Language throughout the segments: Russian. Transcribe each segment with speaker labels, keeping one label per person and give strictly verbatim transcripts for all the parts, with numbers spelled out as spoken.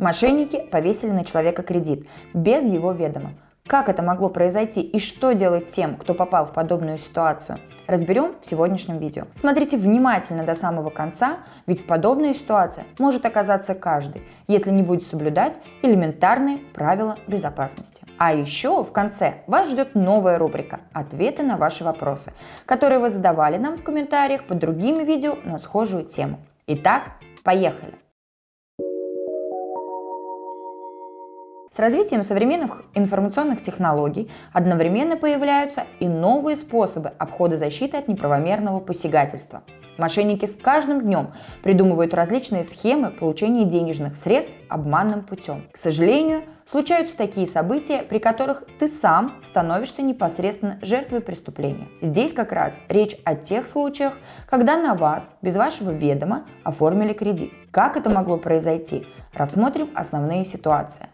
Speaker 1: Мошенники повесили на человека кредит без его ведома. Как это могло произойти и что делать тем, кто попал в подобную ситуацию, разберем в сегодняшнем видео. Смотрите внимательно до самого конца, ведь в подобной ситуации может оказаться каждый, если не будет соблюдать элементарные правила безопасности. А еще в конце вас ждет новая рубрика «Ответы на ваши вопросы», которые вы задавали нам в комментариях под другими видео на схожую тему. Итак, поехали! С развитием современных информационных технологий одновременно появляются и новые способы обхода защиты от неправомерного посягательства. Мошенники с каждым днем придумывают различные схемы получения денежных средств обманным путем. К сожалению, случаются такие события, при которых ты сам становишься непосредственно жертвой преступления. Здесь как раз речь о тех случаях, когда на вас без вашего ведома оформили кредит. Как это могло произойти? Рассмотрим основные ситуации.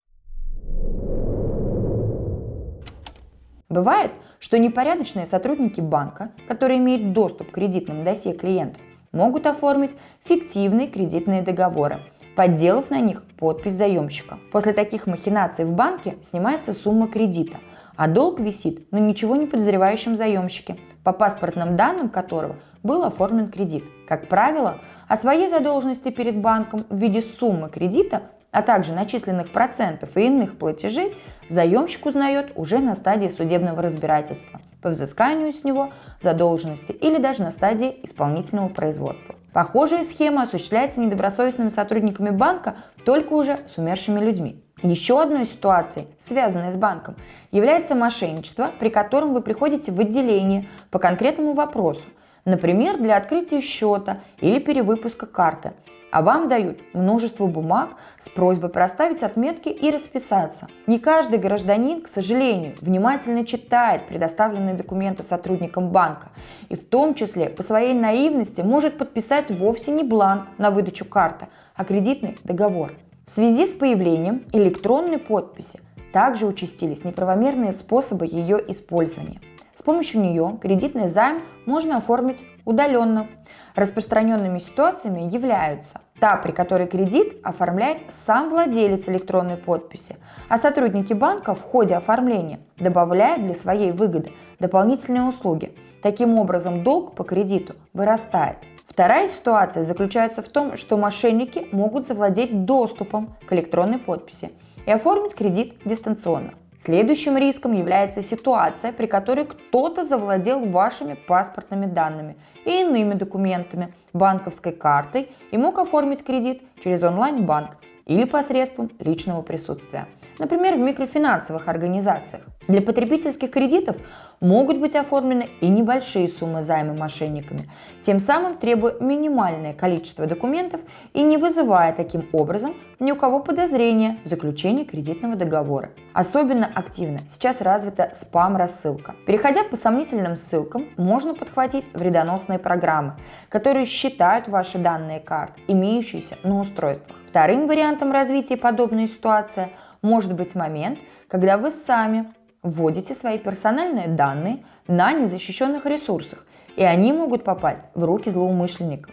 Speaker 1: Бывает, что непорядочные сотрудники банка, которые имеют доступ к кредитным досье клиентов, могут оформить фиктивные кредитные договоры, подделав на них подпись заемщика. После таких махинаций в банке снимается сумма кредита, а долг висит на ничего не подозревающем заемщике, по паспортным данным которого был оформлен кредит. Как правило, о своей задолженности перед банком в виде суммы кредита, а также начисленных процентов и иных платежей, заемщик узнает уже на стадии судебного разбирательства, по взысканию с него задолженности или даже на стадии исполнительного производства. Похожая схема осуществляется недобросовестными сотрудниками банка, только уже с умершими людьми. Еще одной ситуацией, связанной с банком, является мошенничество, при котором вы приходите в отделение по конкретному вопросу, например, для открытия счета или перевыпуска карты, а вам дают множество бумаг с просьбой проставить отметки и расписаться. Не каждый гражданин, к сожалению, внимательно читает предоставленные документы сотрудникам банка и в том числе по своей наивности может подписать вовсе не бланк на выдачу карты, а кредитный договор. В связи с появлением электронной подписи также участились неправомерные способы ее использования. С помощью нее кредитный займ можно оформить удаленно. Распространенными ситуациями являются та, при которой кредит оформляет сам владелец электронной подписи, а сотрудники банка в ходе оформления добавляют для своей выгоды дополнительные услуги. Таким образом, долг по кредиту вырастает. Вторая ситуация заключается в том, что мошенники могут завладеть доступом к электронной подписи и оформить кредит дистанционно. Следующим риском является ситуация, при которой кто-то завладел вашими паспортными данными и иными документами, банковской картой и мог оформить кредит через онлайн-банк или посредством личного присутствия. Например, в микрофинансовых организациях. Для потребительских кредитов могут быть оформлены и небольшие суммы займа мошенниками, тем самым требуя минимальное количество документов и не вызывая таким образом ни у кого подозрения в заключении кредитного договора. Особенно активно сейчас развита спам-рассылка. Переходя по сомнительным ссылкам, можно подхватить вредоносные программы, которые считают ваши данные карт, имеющиеся на устройствах. Вторым вариантом развития подобной ситуации может быть момент, когда вы сами вводите свои персональные данные на незащищенных ресурсах, и они могут попасть в руки злоумышленников.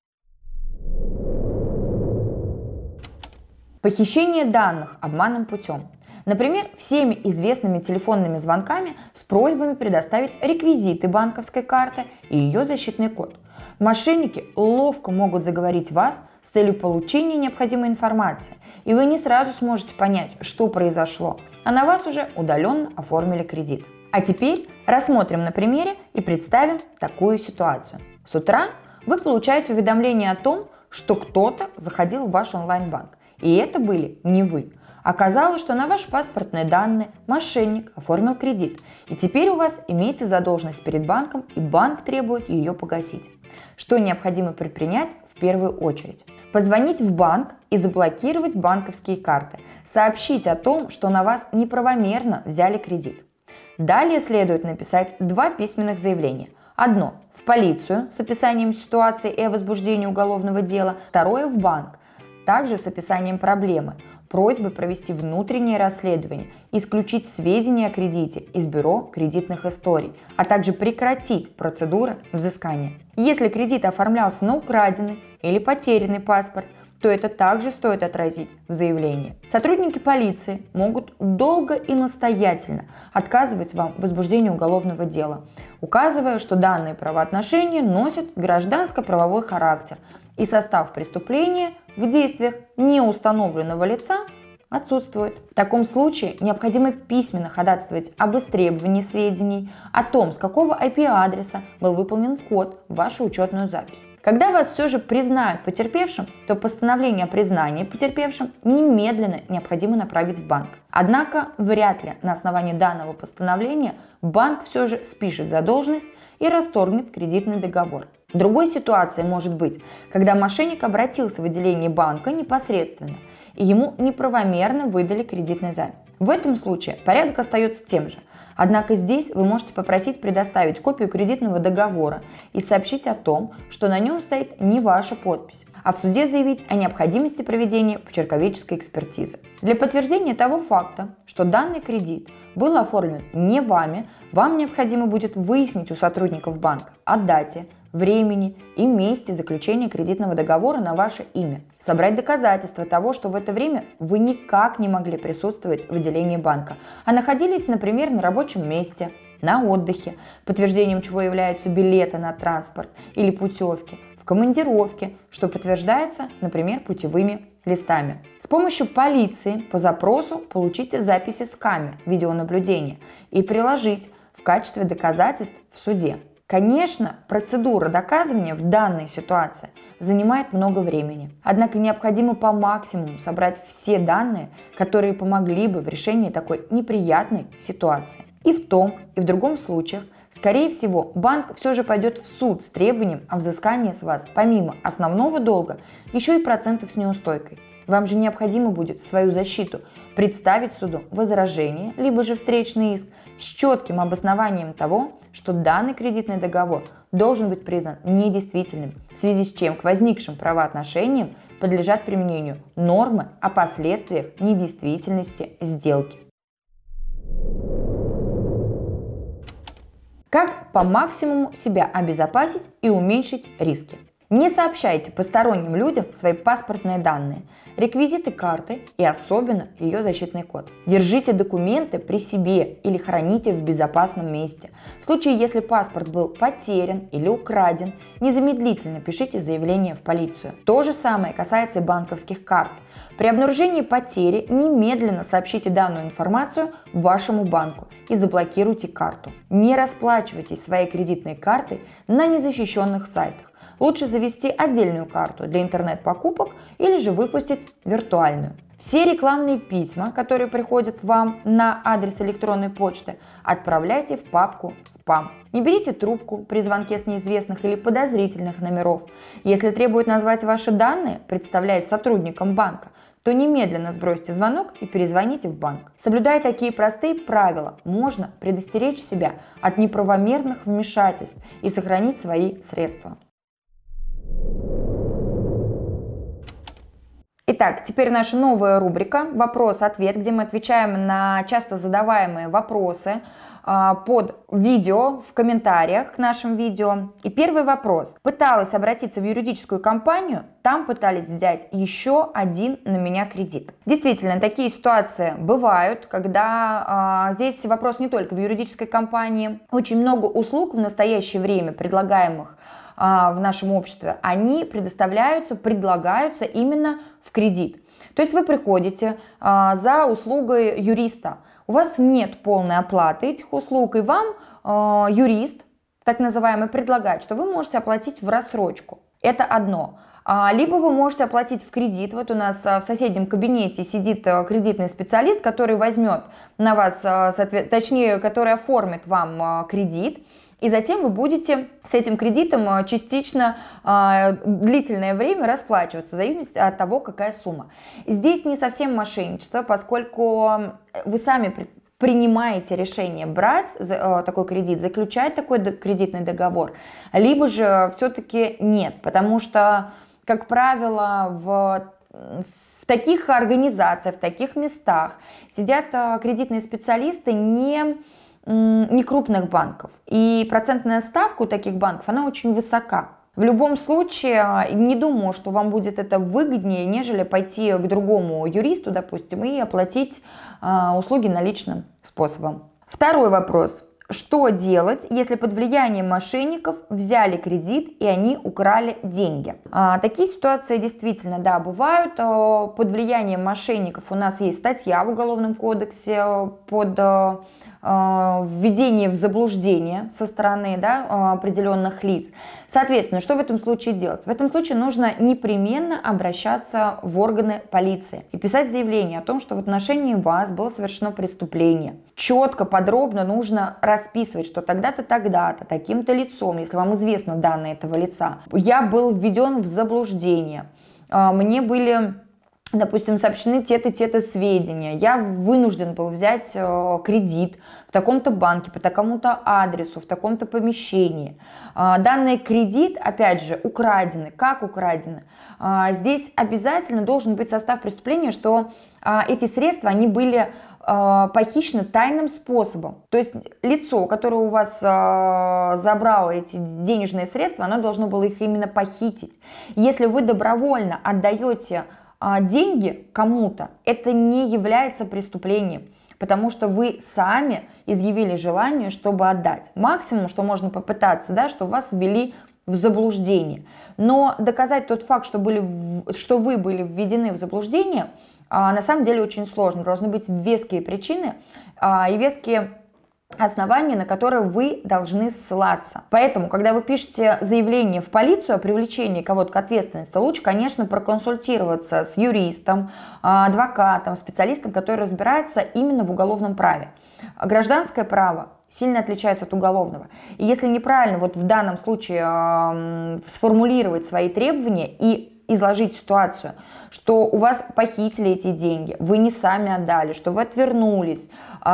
Speaker 1: Похищение данных обманным путем. Например, всеми известными телефонными звонками с просьбами предоставить реквизиты банковской карты и ее защитный код. Мошенники ловко могут заговорить вас с целью получения необходимой информации, и вы не сразу сможете понять, что произошло, а на вас уже удаленно оформили кредит. А теперь рассмотрим на примере и представим такую ситуацию. С утра вы получаете уведомление о том, что кто-то заходил в ваш онлайн-банк, и это были не вы. Оказалось, что на ваши паспортные данные мошенник оформил кредит, и теперь у вас имеется задолженность перед банком, и банк требует ее погасить. Что необходимо предпринять в первую очередь? Позвонить в банк и заблокировать банковские карты. Сообщить о том, что на вас неправомерно взяли кредит. Далее следует написать два письменных заявления. Одно в полицию с описанием ситуации и о возбуждении уголовного дела. Второе в банк, также с описанием проблемы. Просьбы провести внутреннее расследование, исключить сведения о кредите из бюро кредитных историй, а также прекратить процедуры взыскания. Если кредит оформлялся на украденный или потерянный паспорт, то это также стоит отразить в заявлении. Сотрудники полиции могут долго и настоятельно отказывать вам в возбуждении уголовного дела, указывая, что данные правоотношения носят гражданско-правовой характер и состав преступления в действиях неустановленного лица отсутствует. В таком случае необходимо письменно ходатайствовать об истребовании сведений о том, с какого ай пи-адреса был выполнен вход в вашу учетную запись. Когда вас все же признают потерпевшим, то постановление о признании потерпевшим немедленно необходимо направить в банк. Однако вряд ли на основании данного постановления банк все же спишет задолженность и расторгнет кредитный договор. Другой ситуацией может быть, когда мошенник обратился в отделение банка непосредственно, и ему неправомерно выдали кредитный займ. В этом случае порядок остается тем же. Однако здесь вы можете попросить предоставить копию кредитного договора и сообщить о том, что на нем стоит не ваша подпись, а в суде заявить о необходимости проведения почерковедческой экспертизы. Для подтверждения того факта, что данный кредит был оформлен не вами, вам необходимо будет выяснить у сотрудников банка о дате, времени и месте заключения кредитного договора на ваше имя, собрать доказательства того, что в это время вы никак не могли присутствовать в отделении банка, а находились, например, на рабочем месте, на отдыхе, подтверждением чего являются билеты на транспорт или путевки, в командировке, что подтверждается, например, путевыми листами. С помощью полиции по запросу получите записи с камер видеонаблюдения и приложить в качестве доказательств в суде. Конечно, процедура доказывания в данной ситуации занимает много времени. Однако необходимо по максимуму собрать все данные, которые помогли бы в решении такой неприятной ситуации. И в том, и в другом случаях, скорее всего, банк все же пойдет в суд с требованием о взыскании с вас, помимо основного долга, еще и процентов с неустойкой. Вам же необходимо будет в свою защиту представить суду возражение, либо же встречный иск с четким обоснованием того, что данный кредитный договор должен быть признан недействительным, в связи с чем к возникшим правоотношениям подлежат применению нормы о последствиях недействительности сделки. Как по максимуму себя обезопасить и уменьшить риски? Не сообщайте посторонним людям свои паспортные данные, реквизиты карты и особенно ее защитный код. Держите документы при себе или храните в безопасном месте. В случае, если паспорт был потерян или украден, незамедлительно пишите заявление в полицию. То же самое касается и банковских карт. При обнаружении потери немедленно сообщите данную информацию вашему банку и заблокируйте карту. Не расплачивайтесь своей кредитной картой на незащищенных сайтах. Лучше завести отдельную карту для интернет-покупок или же выпустить виртуальную. Все рекламные письма, которые приходят вам на адрес электронной почты, отправляйте в папку «Спам». Не берите трубку при звонке с неизвестных или подозрительных номеров. Если требуют назвать ваши данные, представляясь сотрудником банка, то немедленно сбросьте звонок и перезвоните в банк. Соблюдая такие простые правила, можно предостеречь себя от неправомерных вмешательств и сохранить свои средства. Итак, теперь наша новая рубрика «Вопрос-ответ», где мы отвечаем на часто задаваемые вопросы а, под видео, в комментариях к нашим видео. И первый вопрос. Пыталась обратиться в юридическую компанию, там пытались взять еще один на меня кредит. Действительно, такие ситуации бывают, когда а, здесь вопрос не только в юридической компании. Очень много услуг в настоящее время, предлагаемых в нашем обществе, они предоставляются, предлагаются именно в кредит. То есть вы приходите а, за услугой юриста, у вас нет полной оплаты этих услуг, и вам а, юрист, так называемый, предлагает, что вы можете оплатить в рассрочку. Это одно. А, либо вы можете оплатить в кредит. Вот у нас а, в соседнем кабинете сидит а, кредитный специалист, который возьмет на вас, а, соответ... точнее, который оформит вам а, кредит. И затем вы будете с этим кредитом частично э, длительное время расплачиваться, в зависимости от того, какая сумма. Здесь не совсем мошенничество, поскольку вы сами принимаете решение брать э, такой кредит, заключать такой кредитный договор, либо же все-таки нет, потому что, как правило, в, в таких организациях, в таких местах сидят э, кредитные специалисты не... не крупных банков. И процентная ставка у таких банков, она очень высока. В любом случае, не думаю, что вам будет это выгоднее, нежели пойти к другому юристу, допустим, и оплатить а, услуги наличным способом. Второй вопрос. Что делать, если под влиянием мошенников взяли кредит и они украли деньги? А, такие ситуации действительно, да, бывают. А, под влиянием мошенников у нас есть статья в Уголовном кодексе под а, введение в заблуждение со стороны, да, определенных лиц. Соответственно, что в этом случае делать? В этом случае нужно непременно обращаться в органы полиции и писать заявление о том, что в отношении вас было совершено преступление. Четко, подробно нужно расписывать, что тогда-то, тогда-то, таким-то лицом, если вам известно данные этого лица, я был введен в заблуждение, мне были, допустим, сообщены те-то, те-то сведения, я вынужден был взять э, кредит в таком-то банке, по такому-то адресу, в таком-то помещении. Э, данный кредит, опять же, украдены. Как украдены? Э, здесь обязательно должен быть состав преступления, что э, эти средства, они были э, похищены тайным способом. То есть лицо, которое у вас э, забрало эти денежные средства, оно должно было их именно похитить. Если вы добровольно отдаете деньги кому-то, это не является преступлением, потому что вы сами изъявили желание, чтобы отдать. Максимум, что можно попытаться, да, что вас ввели в заблуждение. Но доказать тот факт, что, были, что вы были введены в заблуждение, на самом деле очень сложно. Должны быть веские причины и веские основания, на которые вы должны ссылаться. Поэтому, когда вы пишете заявление в полицию о привлечении кого-то к ответственности, лучше, конечно, проконсультироваться с юристом, адвокатом, специалистом, который разбирается именно в уголовном праве. Гражданское право сильно отличается от уголовного. И если неправильно вот в данном случае э, сформулировать свои требования и изложить ситуацию, что у вас похитили эти деньги, вы не сами отдали, что вы отвернулись,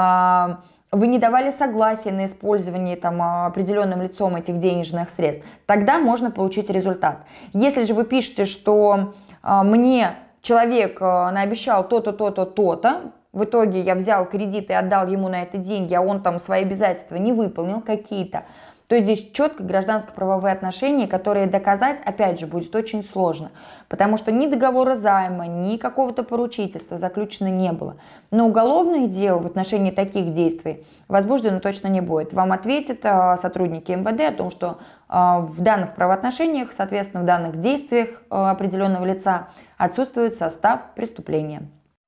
Speaker 1: э, вы не давали согласия на использование там, определенным лицом этих денежных средств, тогда можно получить результат. Если же вы пишете, что э, мне человек э, наобещал то-то, то-то, то-то, в итоге я взял кредит и отдал ему на это деньги, а он там свои обязательства не выполнил какие-то, то здесь четко гражданско-правовые отношения, которые доказать, опять же, будет очень сложно, потому что ни договора займа, ни какого-то поручительства заключено не было. Но уголовное дело в отношении таких действий возбуждено точно не будет. Вам ответят сотрудники эм вэ дэ о том, что в данных правоотношениях, соответственно, в данных действиях определенного лица отсутствует состав преступления.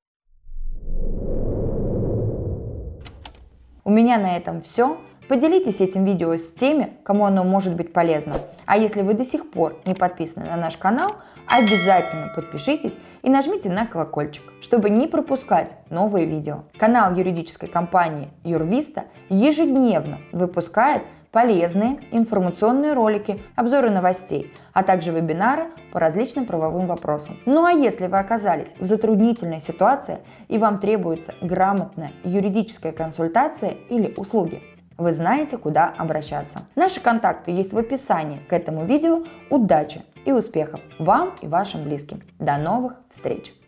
Speaker 1: У меня на этом все. Поделитесь этим видео с теми, кому оно может быть полезно. А если вы до сих пор не подписаны на наш канал, обязательно подпишитесь и нажмите на колокольчик, чтобы не пропускать новые видео. Канал юридической компании Юрвиста ежедневно выпускает полезные информационные ролики, обзоры новостей, а также вебинары по различным правовым вопросам. Ну а если вы оказались в затруднительной ситуации и вам требуется грамотная юридическая консультация или услуги, вы знаете, куда обращаться. Наши контакты есть в описании к этому видео. Удачи и успехов вам и вашим близким. До новых встреч!